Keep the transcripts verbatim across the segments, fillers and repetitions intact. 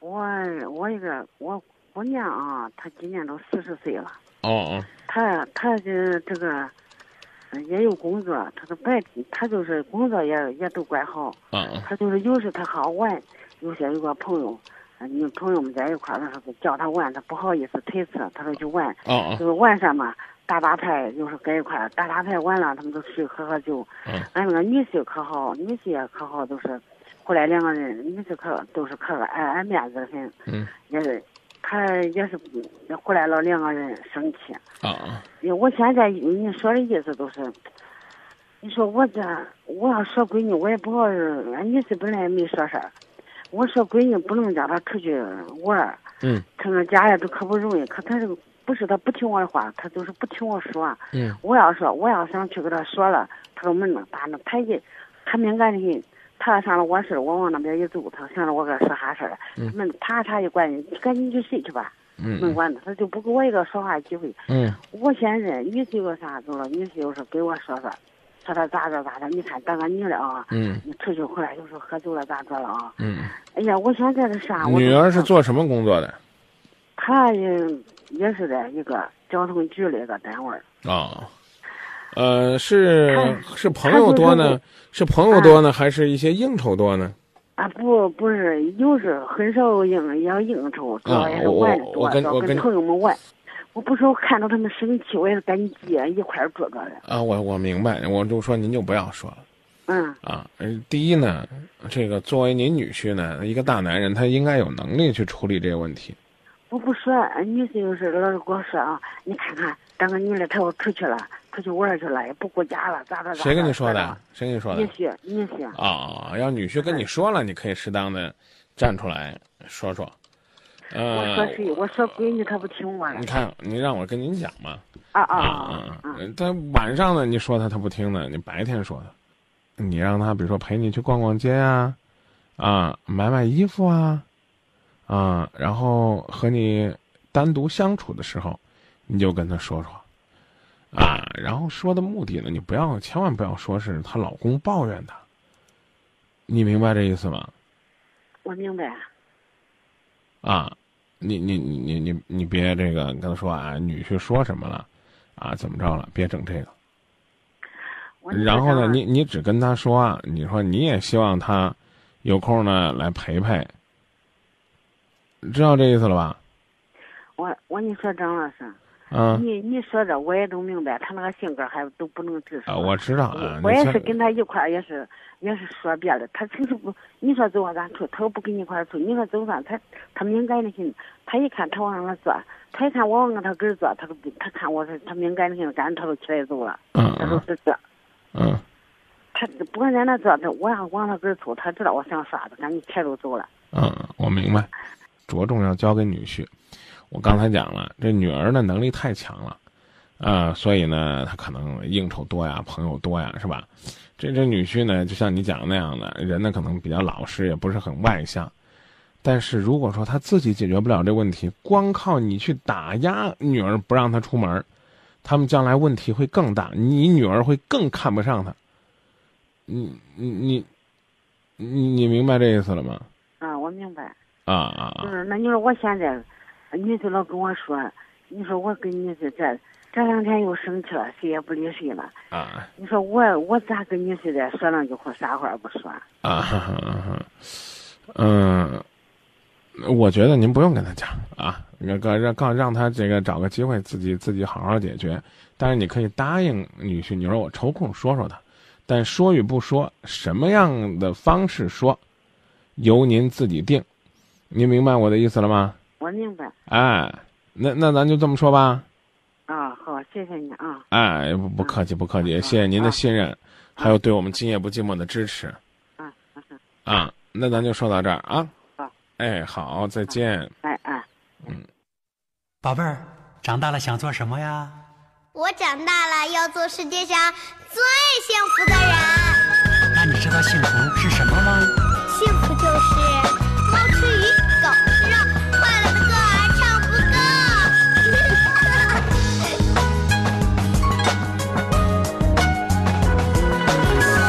我我一个我姑娘啊，她今年都四十岁了。 哦哦。 她她这这个也有工作，她都白她就是工作也也都管好。 啊。 她就是有时她好玩，有些有个朋友，你朋友们在一块儿，她说叫她玩，她不好意思推辞，她说去玩。 哦哦。 就是晚上嘛，打打牌，有时候在一块儿打打牌，完了他们都去喝喝酒。 嗯。 俺那个女婿可好，女婿也可好，都是。后来两个人，女婿可都是可爱爱面子很， 嗯， 也是，他也是回来了，两个人生气。 啊， 我现在你说的意思都是，你说我这我要说闺女，我也不好，俺女婿本来也没说事儿，我说闺女不能叫她出去玩， 嗯， 他们家里都可不容易，可他这个不是他不听我的话，他就是不听我说。 嗯， 我要说我要想去给他说了，他说门呢，打那他一他敏感的很。他上了我事，我往那边一走，他想着我给他说啥事儿，门啪嚓一关，你赶紧去睡去吧。 嗯， 门关了，他就不给我一个说话机会。 嗯， 我现在女婿有啥走了，女婿又是给我说说，说他咋着咋着，你看当个女的啊， 嗯， 你出去回来有时候喝酒了咋着了啊？ 嗯， 哎呀，我现在的啥？ 女儿是做什么工作的？ 她也也是在一个交通局的一个单位。 哦。呃，是是朋友多呢，是朋友多呢，还是一些应酬多呢？ 啊，不，不是，有时很少应，也要应酬，主要也是玩的多，主要跟朋友们玩。我不是我看到他们生气，我也是赶紧接一块儿坐着的。 啊，我我明白，我就说您就不要说了。 嗯。 啊，第一呢，这个作为您女婿呢，一个大男人，他应该有能力去处理这个问题。 我不说，女婿有时老是跟我说啊，你看看，当个女的，她要出去了。出去玩去了，也不顾家了，咋着咋？ 谁跟你说的？谁跟你说的？ 女婿，女婿。 啊、哦，要女婿跟你说了，你可以适当的站出来说说。呃， 我说谁？我说闺女，她不听我了。 你看，你让我跟您讲嘛。 啊啊啊啊！他晚上呢，你说他他不听呢，你白天说他，你让他比如说陪你去逛逛街呀、啊，啊，买买衣服啊，啊，然后和你单独相处的时候，你就跟他说说。啊，然后说的目的呢，你不要，千万不要说是她老公抱怨她，你明白这意思吗？ 我明白。 啊，你你你你你你别这个跟他说啊，女婿说什么了，啊，怎么着了，别整这个。然后呢，你你只跟他说啊，你说你也希望他有空呢来陪陪，知道这意思了吧？ 我我你说张老师。 嗯， 你你说的我也都明白，他那个性格还都不能直说。 啊，我知道啊。 我也是跟他一块儿，也是也是说别的。他平时不，你说走咱出，他又不跟你一块儿出。你说走上，他他敏感的很。他一看他往那坐，他一看我往他跟儿坐，他都他看我是他敏感的很，赶紧他都起来走了。 嗯。 他都是这。 嗯。 他不管在那坐，他我要往他跟儿走，他知道我想啥子，赶紧起来就走了。 嗯，我明白，着重要交给女婿。我刚才讲了，这女儿的能力太强了，啊、呃，所以呢，她可能应酬多呀，朋友多呀，是吧？这这女婿呢，就像你讲的那样的人呢，可能比较老实，也不是很外向。但是如果说他自己解决不了这问题，光靠你去打压女儿，不让她出门，他们将来问题会更大，你女儿会更看不上他。你你你你你明白这意思了吗？ 啊，我明白。 啊啊啊！ 就是那你说我现在。女婿老跟我说，你说我跟女婿这这两天又生气了，谁也不理谁了。 啊！ 你说我我咋跟女婿再说两句话，啥话不说？ 啊哈哈，嗯，我觉得您不用跟他讲啊，那个让告让他这个找个机会自己自己好好解决。但是你可以答应女婿，你说我抽空说说他，但说与不说，什么样的方式说，由您自己定。您明白我的意思了吗？ 我明白。 哎，那那咱就这么说吧。 啊，好，谢谢你啊。 哎，不不客气，不客气， 啊、 谢谢您的信任，啊、还有对我们今夜不寂寞的支持。 啊啊啊，那咱就说到这儿啊。 好。 哎，好，再见。 哎哎。 嗯， 宝贝儿，长大了想做什么呀？ 我长大了要做世界上最幸福的人。 那你知道幸福是什么吗？ 幸福就是猫吃鱼，狗吃肉，快乐的歌儿唱不够。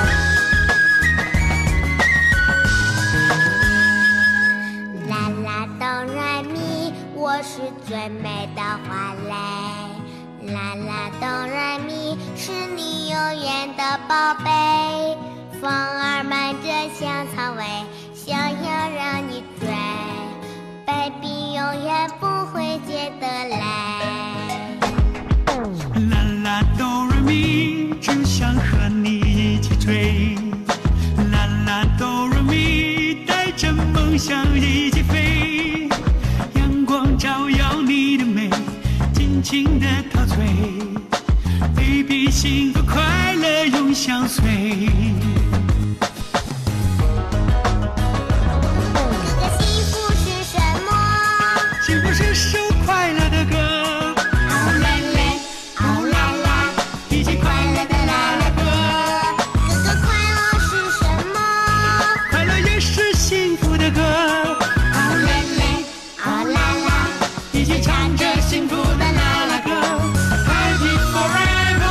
啦啦是最美的花蕾，啦啦哆来咪是你永远的宝贝。风儿漫着香草味，想要让你追 ，baby 永远不会觉得累。 啦啦哆来咪，只想和你一起追。啦啦哆来咪，带着梦想一起飞。阳光照耀你的美，尽情的陶醉。baby 幸福快乐永相随。幸福是首快乐的歌， 哦啦啦，哦啦啦， 一起快乐的啦啦歌。 哥哥，快乐是什么？ 快乐也是幸福的歌， 哦啦啦，哦啦啦， 一起唱着幸福的啦啦歌 ，Happy forever。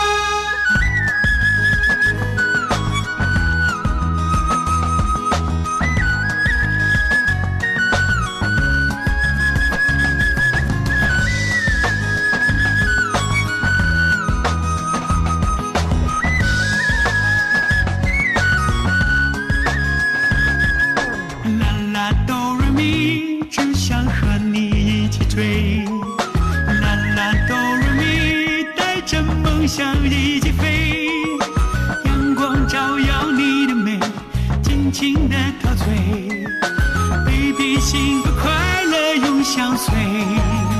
只想和你一起追，啦啦哆来咪，带着梦想一起飞。阳光照耀你的美，尽情的陶醉。baby 幸福快乐永相随。